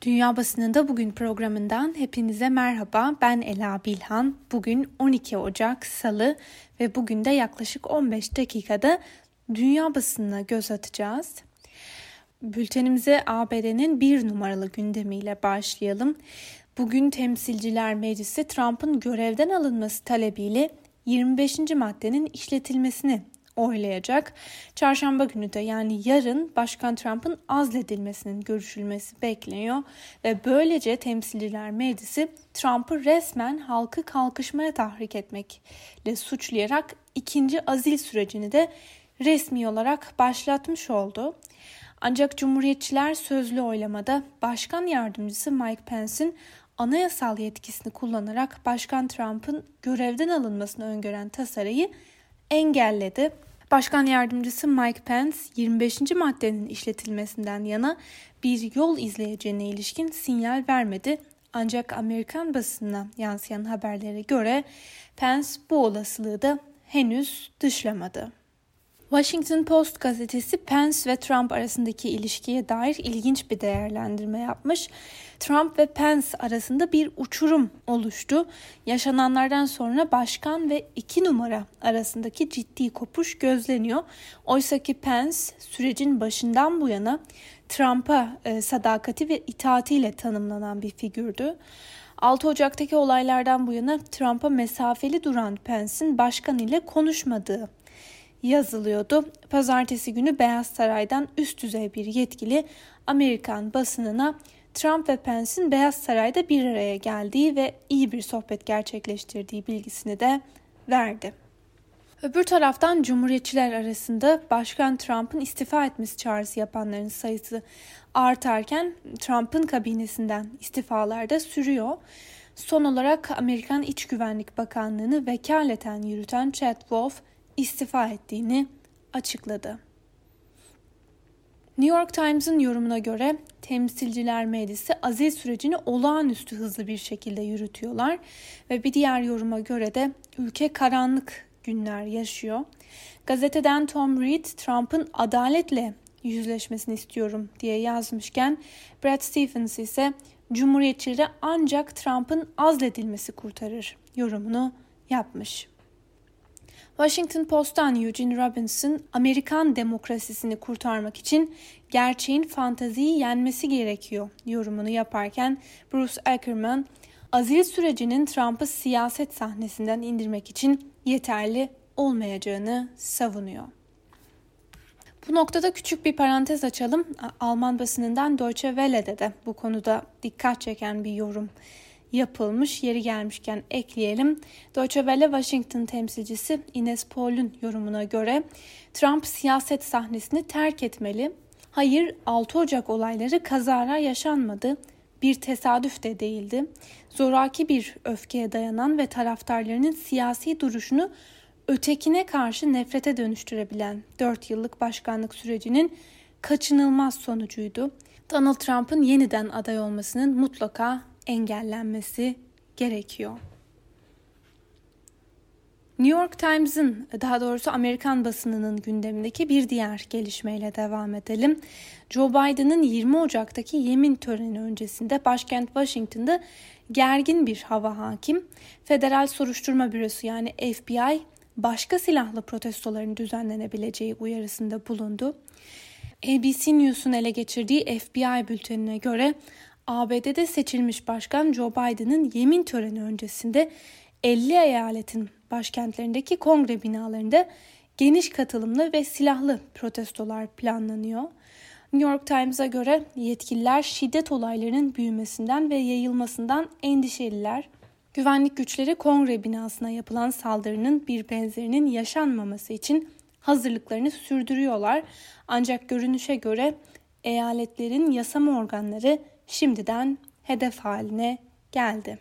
Dünya Basınında Bugün programından hepinize merhaba. Ben Ela Bilhan. Bugün 12 Ocak Salı ve bugün de yaklaşık 15 dakikada dünya basınına göz atacağız. Bültenimize ABD'nin bir numaralı gündemiyle başlayalım. Bugün Temsilciler Meclisi Trump'ın görevden alınması talebiyle 25. maddenin işletilmesini oylayacak. Çarşamba günü de yani yarın Başkan Trump'ın azledilmesinin görüşülmesi bekleniyor ve böylece Temsilciler Meclisi Trump'ı resmen halkı kalkışmaya tahrik etmekle suçlayarak ikinci azil sürecini de resmi olarak başlatmış oldu. Ancak Cumhuriyetçiler sözlü oylamada Başkan Yardımcısı Mike Pence'in anayasal yetkisini kullanarak Başkan Trump'ın görevden alınmasını öngören tasarıyı engelledi. Başkan Yardımcısı Mike Pence 25. maddenin işletilmesinden yana bir yol izleyeceğine ilişkin sinyal vermedi. Ancak Amerikan basınına yansıyan haberlere göre Pence bu olasılığı da henüz dışlamadı. Washington Post gazetesi Pence ve Trump arasındaki ilişkiye dair ilginç bir değerlendirme yapmış. Trump ve Pence arasında bir uçurum oluştu. Yaşananlardan sonra başkan ve 2 numara arasındaki ciddi kopuş gözleniyor. Oysaki Pence sürecin başından bu yana Trump'a sadakati ve itaatiyle tanımlanan bir figürdü. 6 Ocak'taki olaylardan bu yana Trump'a mesafeli duran Pence'in başkan ile konuşmadığı yazılıyordu. Pazartesi günü Beyaz Saray'dan üst düzey bir yetkili Amerikan basınına Trump ve Pence'in Beyaz Saray'da bir araya geldiği ve iyi bir sohbet gerçekleştirdiği bilgisini de verdi. Öbür taraftan Cumhuriyetçiler arasında Başkan Trump'ın istifa etmesi çağrısı yapanların sayısı artarken Trump'ın kabinesinden istifalar da sürüyor. Son olarak Amerikan İç Güvenlik Bakanlığı'nı vekaleten yürüten Chad Wolf istifa ettiğini açıkladı. New York Times'ın yorumuna göre Temsilciler Meclisi azil sürecini olağanüstü hızlı bir şekilde yürütüyorlar ve bir diğer yoruma göre de ülke karanlık günler yaşıyor. Gazeteden Tom Reed, Trump'ın adaletle yüzleşmesini istiyorum diye yazmışken Brad Stephens ise Cumhuriyetçileri ancak Trump'ın azledilmesi kurtarır yorumunu yapmış. Washington Post'tan Eugene Robinson, Amerikan demokrasisini kurtarmak için gerçeğin fantaziyi yenmesi gerekiyor yorumunu yaparken Bruce Ackerman, azil sürecinin Trump'ı siyaset sahnesinden indirmek için yeterli olmayacağını savunuyor. Bu noktada küçük bir parantez açalım. Alman basınından Deutsche Welle'de de bu konuda dikkat çeken bir yorum yapılmış. Yeri gelmişken ekleyelim. Deutsche Welle Washington temsilcisi Ines Paul'un yorumuna göre Trump siyaset sahnesini terk etmeli. Hayır, 6 Ocak olayları kazara yaşanmadı. Bir tesadüf de değildi. Zoraki bir öfkeye dayanan ve taraftarlarının siyasi duruşunu ötekine karşı nefrete dönüştürebilen 4 yıllık başkanlık sürecinin kaçınılmaz sonucuydu. Donald Trump'ın yeniden aday olmasının mutlaka engellenmesi gerekiyor. New York Times'ın, daha doğrusu Amerikan basınının gündemindeki bir diğer gelişmeyle devam edelim. Joe Biden'ın 20 Ocak'taki yemin töreni öncesinde başkent Washington'da gergin bir hava hakim. Federal Soruşturma Bürosu yani FBI başka silahlı protestoların düzenlenebileceği uyarısında bulundu. ABC News'un ele geçirdiği FBI bültenine göre ABD'de seçilmiş başkan Joe Biden'ın yemin töreni öncesinde 50 eyaletin başkentlerindeki kongre binalarında geniş katılımlı ve silahlı protestolar planlanıyor. New York Times'a göre yetkililer şiddet olaylarının büyümesinden ve yayılmasından endişeliler. Güvenlik güçleri kongre binasına yapılan saldırının bir benzerinin yaşanmaması için hazırlıklarını sürdürüyorlar. Ancak görünüşe göre eyaletlerin yasama organları şimdiden hedef haline geldi.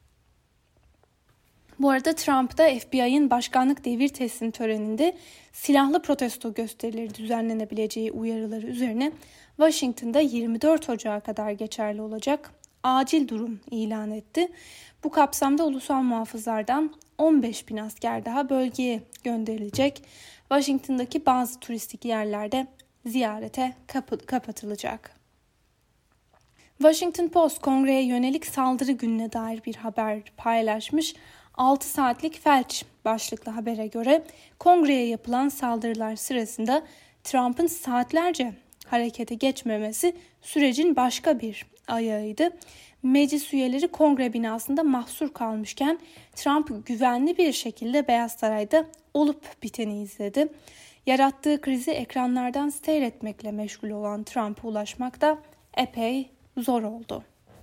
Bu arada Trump da FBI'ın başkanlık devir teslim töreninde silahlı protesto gösterileri düzenlenebileceği uyarıları üzerine Washington'da 24 Ocak'a kadar geçerli olacak acil durum ilan etti. Bu kapsamda ulusal muhafızlardan 15 bin asker daha bölgeye gönderilecek. Washington'daki bazı turistik yerlerde ziyarete kapatılacak. Washington Post kongreye yönelik saldırı gününe dair bir haber paylaşmış. 6 saatlik felç başlıklı habere göre kongreye yapılan saldırılar sırasında Trump'ın saatlerce harekete geçmemesi sürecin başka bir ayağıydı. Meclis üyeleri kongre binasında mahsur kalmışken Trump güvenli bir şekilde Beyaz Saray'da olup biteni izledi. Yarattığı krizi ekranlardan seyretmekle meşgul olan Trump'a ulaşmak da epey zor oldu.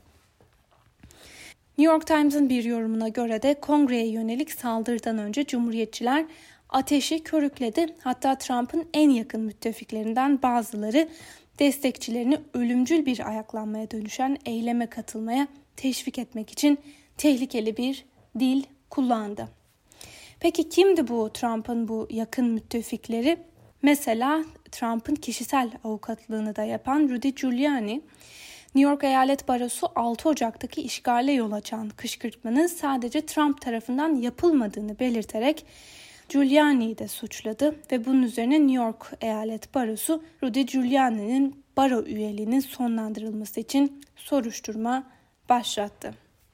New York Times'ın bir yorumuna göre de kongreye yönelik saldırıdan önce Cumhuriyetçiler ateşi körükledi. Hatta Trump'ın en yakın müttefiklerinden bazıları destekçilerini ölümcül bir ayaklanmaya dönüşen eyleme katılmaya teşvik etmek için tehlikeli bir dil kullandı. Peki kimdi bu Trump'ın bu yakın müttefikleri? Mesela Trump'ın kişisel avukatlığını da yapan Rudy Giuliani, New York Eyalet Barosu 6 Ocak'taki işgale yol açan kışkırtmanın sadece Trump tarafından yapılmadığını belirterek Giuliani'yi de suçladı ve bunun üzerine New York Eyalet Barosu Rudy Giuliani'nin baro üyeliğinin sonlandırılması için soruşturma başlattı.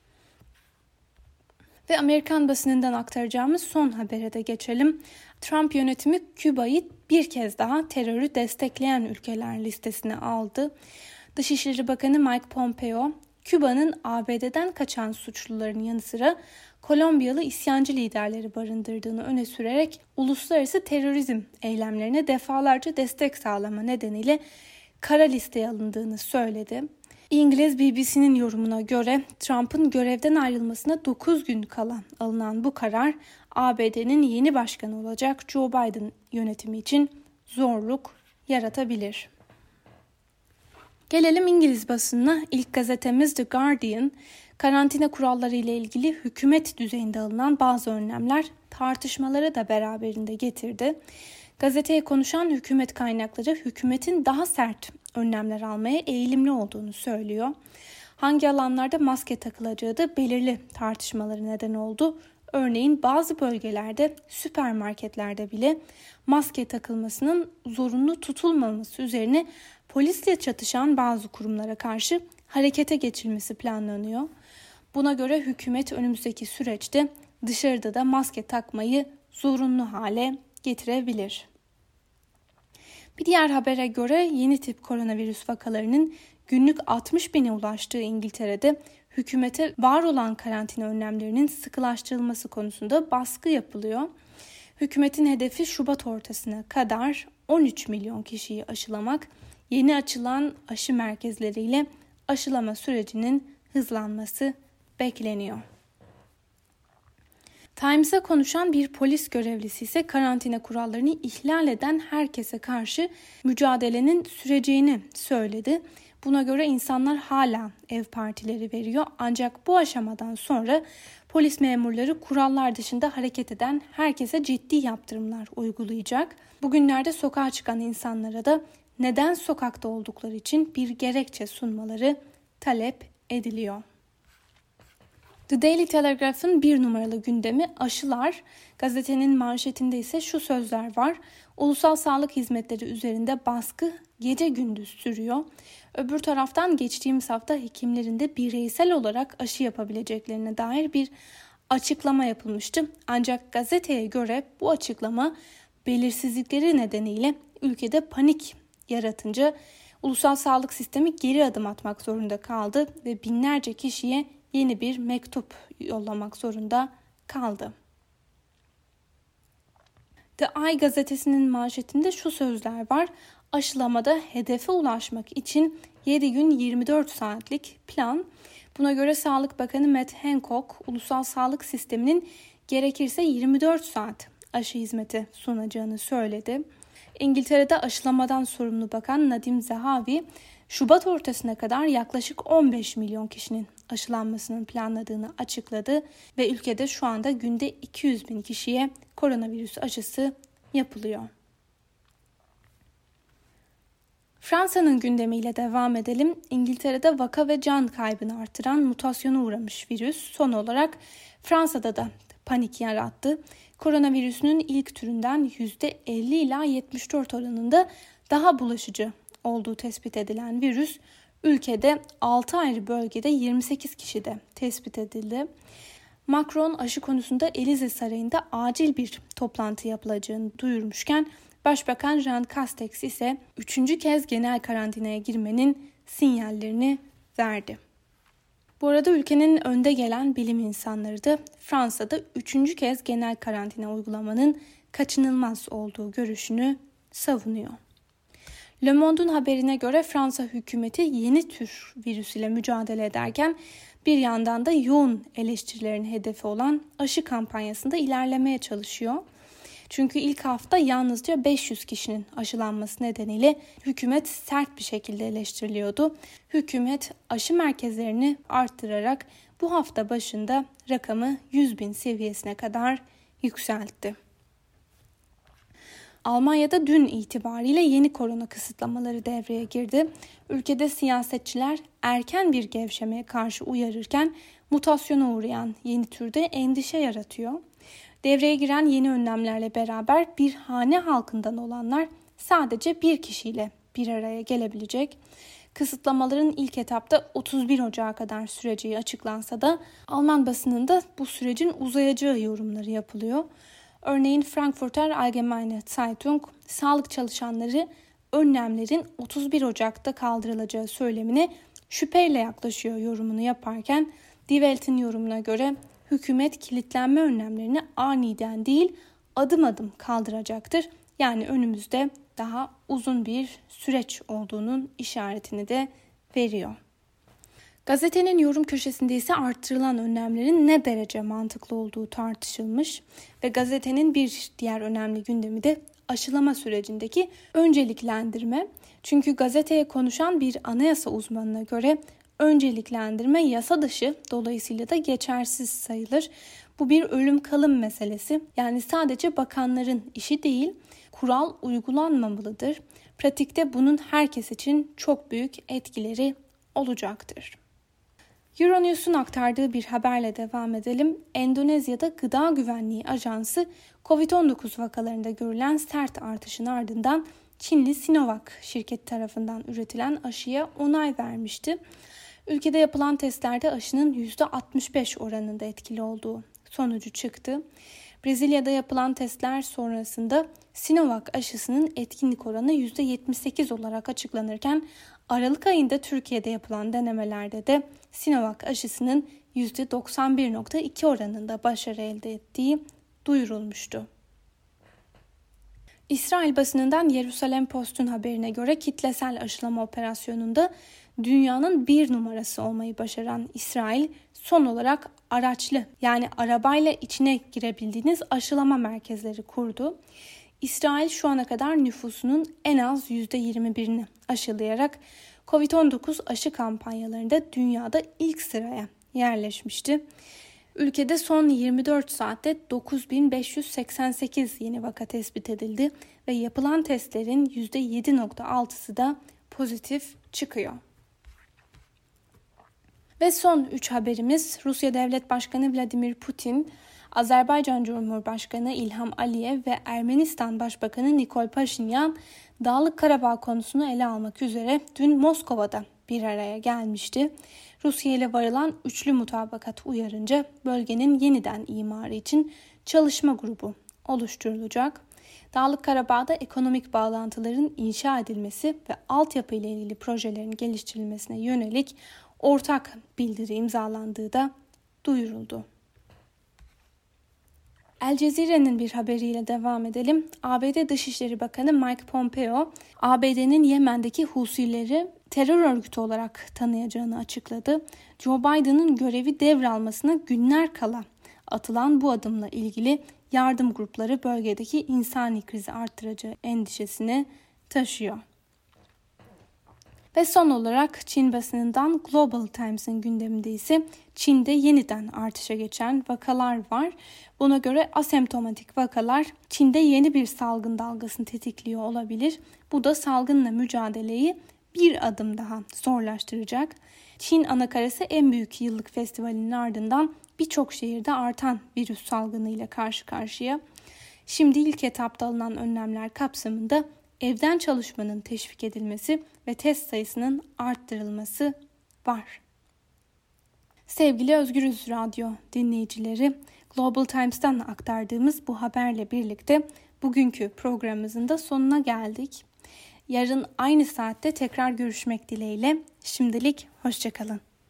Ve Amerikan basınından aktaracağımız son habere de geçelim. Trump yönetimi Küba'yı bir kez daha terörü destekleyen ülkeler listesine aldı. Dışişleri Bakanı Mike Pompeo, Küba'nın ABD'den kaçan suçluların yanı sıra Kolombiyalı isyancı liderleri barındırdığını öne sürerek uluslararası terörizm eylemlerine defalarca destek sağlama nedeniyle kara listeye alındığını söyledi. İngiliz BBC'nin yorumuna göre Trump'ın görevden ayrılmasına 9 gün kala alınan bu karar ABD'nin yeni başkanı olacak Joe Biden yönetimi için zorluk yaratabilir. Gelelim İngiliz basınına. İlk gazetemiz The Guardian, karantina kuralları ile ilgili hükümet düzeyinde alınan bazı önlemler tartışmaları da beraberinde getirdi. Gazeteye konuşan hükümet kaynakları hükümetin daha sert önlemler almaya eğilimli olduğunu söylüyor. Hangi alanlarda maske takılacağı da belirli tartışmaları neden oldu. Örneğin bazı bölgelerde süpermarketlerde bile maske takılmasının zorunlu tutulmaması üzerine polisle çatışan bazı kurumlara karşı harekete geçilmesi planlanıyor. Buna göre hükümet önümüzdeki süreçte dışarıda da maske takmayı zorunlu hale getirebilir. Bir diğer habere göre yeni tip koronavirüs vakalarının günlük 60 bine ulaştığı İngiltere'de hükümete var olan karantina önlemlerinin sıkılaştırılması konusunda baskı yapılıyor. Hükümetin hedefi Şubat ortasına kadar 13 milyon kişiyi aşılamak, yeni açılan aşı merkezleriyle aşılama sürecinin hızlanması bekleniyor. Times'a konuşan bir polis görevlisi ise karantina kurallarını ihlal eden herkese karşı mücadelenin süreceğini söyledi. Buna göre insanlar hala ev partileri veriyor, ancak bu aşamadan sonra polis memurları kurallar dışında hareket eden herkese ciddi yaptırımlar uygulayacak. Bugünlerde sokağa çıkan insanlara da neden sokakta oldukları için bir gerekçe sunmaları talep ediliyor. The Daily Telegraph'ın bir numaralı gündemi aşılar. Gazetenin manşetinde ise şu sözler var. Ulusal sağlık hizmetleri üzerinde baskı gece gündüz sürüyor. Öbür taraftan geçtiğimiz hafta hekimlerin de bireysel olarak aşı yapabileceklerine dair bir açıklama yapılmıştı. Ancak gazeteye göre bu açıklama belirsizlikleri nedeniyle ülkede panik yaratınca ulusal sağlık sistemi geri adım atmak zorunda kaldı ve binlerce kişiye yeni bir mektup yollamak zorunda kaldı. The Eye gazetesinin manşetinde şu sözler var. Aşılamada hedefe ulaşmak için 7 gün 24 saatlik plan. Buna göre Sağlık Bakanı Matt Hancock, ulusal sağlık sisteminin gerekirse 24 saat aşı hizmeti sunacağını söyledi. İngiltere'de aşılamadan sorumlu bakan Nadim Zahavi, Şubat ortasına kadar yaklaşık 15 milyon kişinin aşılanmasının planladığını açıkladı ve ülkede şu anda günde 200 bin kişiye koronavirüs aşısı yapılıyor. Fransa'nın gündemiyle devam edelim. İngiltere'de vaka ve can kaybını artıran mutasyona uğramış virüs son olarak Fransa'da da panik yarattı. Koronavirüsünün ilk türünden %50 ila 74 oranında daha bulaşıcı olduğu tespit edilen virüs Ülkede 6 ayrı bölgede 28 kişi de tespit edildi. Macron aşı konusunda Elize Sarayı'nda acil bir toplantı yapılacağını duyurmuşken Başbakan Jean Castex ise 3. kez genel karantinaya girmenin sinyallerini verdi. Bu arada ülkenin önde gelen bilim insanları da Fransa'da 3. kez genel karantina uygulamanın kaçınılmaz olduğu görüşünü savunuyor. Le Monde'un haberine göre Fransa hükümeti yeni tür virüs ile mücadele ederken bir yandan da yoğun eleştirilerin hedefi olan aşı kampanyasında ilerlemeye çalışıyor. Çünkü ilk hafta yalnızca 500 kişinin aşılanması nedeniyle hükümet sert bir şekilde eleştiriliyordu. Hükümet aşı merkezlerini arttırarak bu hafta başında rakamı 100.000 seviyesine kadar yükseltti. Almanya'da dün itibariyle yeni korona kısıtlamaları devreye girdi. Ülkede siyasetçiler erken bir gevşemeye karşı uyarırken mutasyona uğrayan yeni türde endişe yaratıyor. Devreye giren yeni önlemlerle beraber bir hane halkından olanlar sadece bir kişiyle bir araya gelebilecek. Kısıtlamaların ilk etapta 31 Ocağı kadar süreceği açıklansa da Alman basınında bu sürecin uzayacağı yorumları yapılıyor. Örneğin Frankfurter Allgemeine Zeitung, sağlık çalışanları önlemlerin 31 Ocak'ta kaldırılacağı söylemine şüpheyle yaklaşıyor yorumunu yaparken Die Welt'in yorumuna göre hükümet kilitlenme önlemlerini aniden değil adım adım kaldıracaktır. Yani önümüzde daha uzun bir süreç olduğunun işaretini de veriyor. Gazetenin yorum köşesinde ise arttırılan önlemlerin ne derece mantıklı olduğu tartışılmış ve gazetenin bir diğer önemli gündemi de aşılama sürecindeki önceliklendirme. Çünkü gazeteye konuşan bir anayasa uzmanına göre önceliklendirme yasa dışı, dolayısıyla da geçersiz sayılır. Bu bir ölüm kalım meselesi. Yani sadece bakanların işi değil, kural uygulanmamalıdır. Pratikte bunun herkes için çok büyük etkileri olacaktır. Euronews'un aktardığı bir haberle devam edelim. Endonezya'da Gıda Güvenliği Ajansı COVID-19 vakalarında görülen sert artışın ardından Çinli Sinovac şirketi tarafından üretilen aşıya onay vermişti. Ülkede yapılan testlerde aşının %65 oranında etkili olduğu sonucu çıktı. Brezilya'da yapılan testler sonrasında Sinovac aşısının etkinlik oranı %78 olarak açıklanırken Aralık ayında Türkiye'de yapılan denemelerde de Sinovac aşısının %91.2 oranında başarı elde ettiği duyurulmuştu. İsrail basınından Jerusalem Post'un haberine göre kitlesel aşılama operasyonunda dünyanın bir numarası olmayı başaran İsrail son olarak araçlı, yani arabayla içine girebildiğiniz aşılama merkezleri kurdu. İsrail şu ana kadar nüfusunun en az %21'ini aşılayarak COVID-19 aşı kampanyalarında dünyada ilk sıraya yerleşmişti. Ülkede son 24 saatte 9.588 yeni vaka tespit edildi ve yapılan testlerin %7.6'sı da pozitif çıkıyor. Ve son 3 haberimiz: Rusya Devlet Başkanı Vladimir Putin, Azerbaycan Cumhurbaşkanı İlham Aliyev ve Ermenistan Başbakanı Nikol Paşinyan Dağlık Karabağ konusunu ele almak üzere dün Moskova'da bir araya gelmişti. Rusya ile varılan üçlü mutabakat uyarınca bölgenin yeniden imarı için çalışma grubu oluşturulacak. Dağlık Karabağ'da ekonomik bağlantıların inşa edilmesi ve altyapı ile ilgili projelerin geliştirilmesine yönelik ortak bildiri imzalandığı da duyuruldu. El Cezire'nin bir haberiyle devam edelim. ABD Dışişleri Bakanı Mike Pompeo, ABD'nin Yemen'deki Husileri terör örgütü olarak tanıyacağını açıkladı. Joe Biden'ın görevi devralmasına günler kala atılan bu adımla ilgili yardım grupları bölgedeki insani krizi arttıracağı endişesini taşıyor. Ve son olarak Çin basınından Global Times'ın gündeminde ise Çin'de yeniden artışa geçen vakalar var. Buna göre asemptomatik vakalar Çin'de yeni bir salgın dalgasını tetikliyor olabilir. Bu da salgınla mücadeleyi bir adım daha zorlaştıracak. Çin anakarası en büyük yıllık festivalinin ardından birçok şehirde artan virüs salgınıyla karşı karşıya. Şimdi ilk etapta alınan önlemler kapsamında evden çalışmanın teşvik edilmesi ve test sayısının arttırılması var. Sevgili Özgürüz Radyo dinleyicileri, Global Times'tan aktardığımız bu haberle birlikte bugünkü programımızın da sonuna geldik. Yarın aynı saatte tekrar görüşmek dileğiyle. Şimdilik hoşça kalın.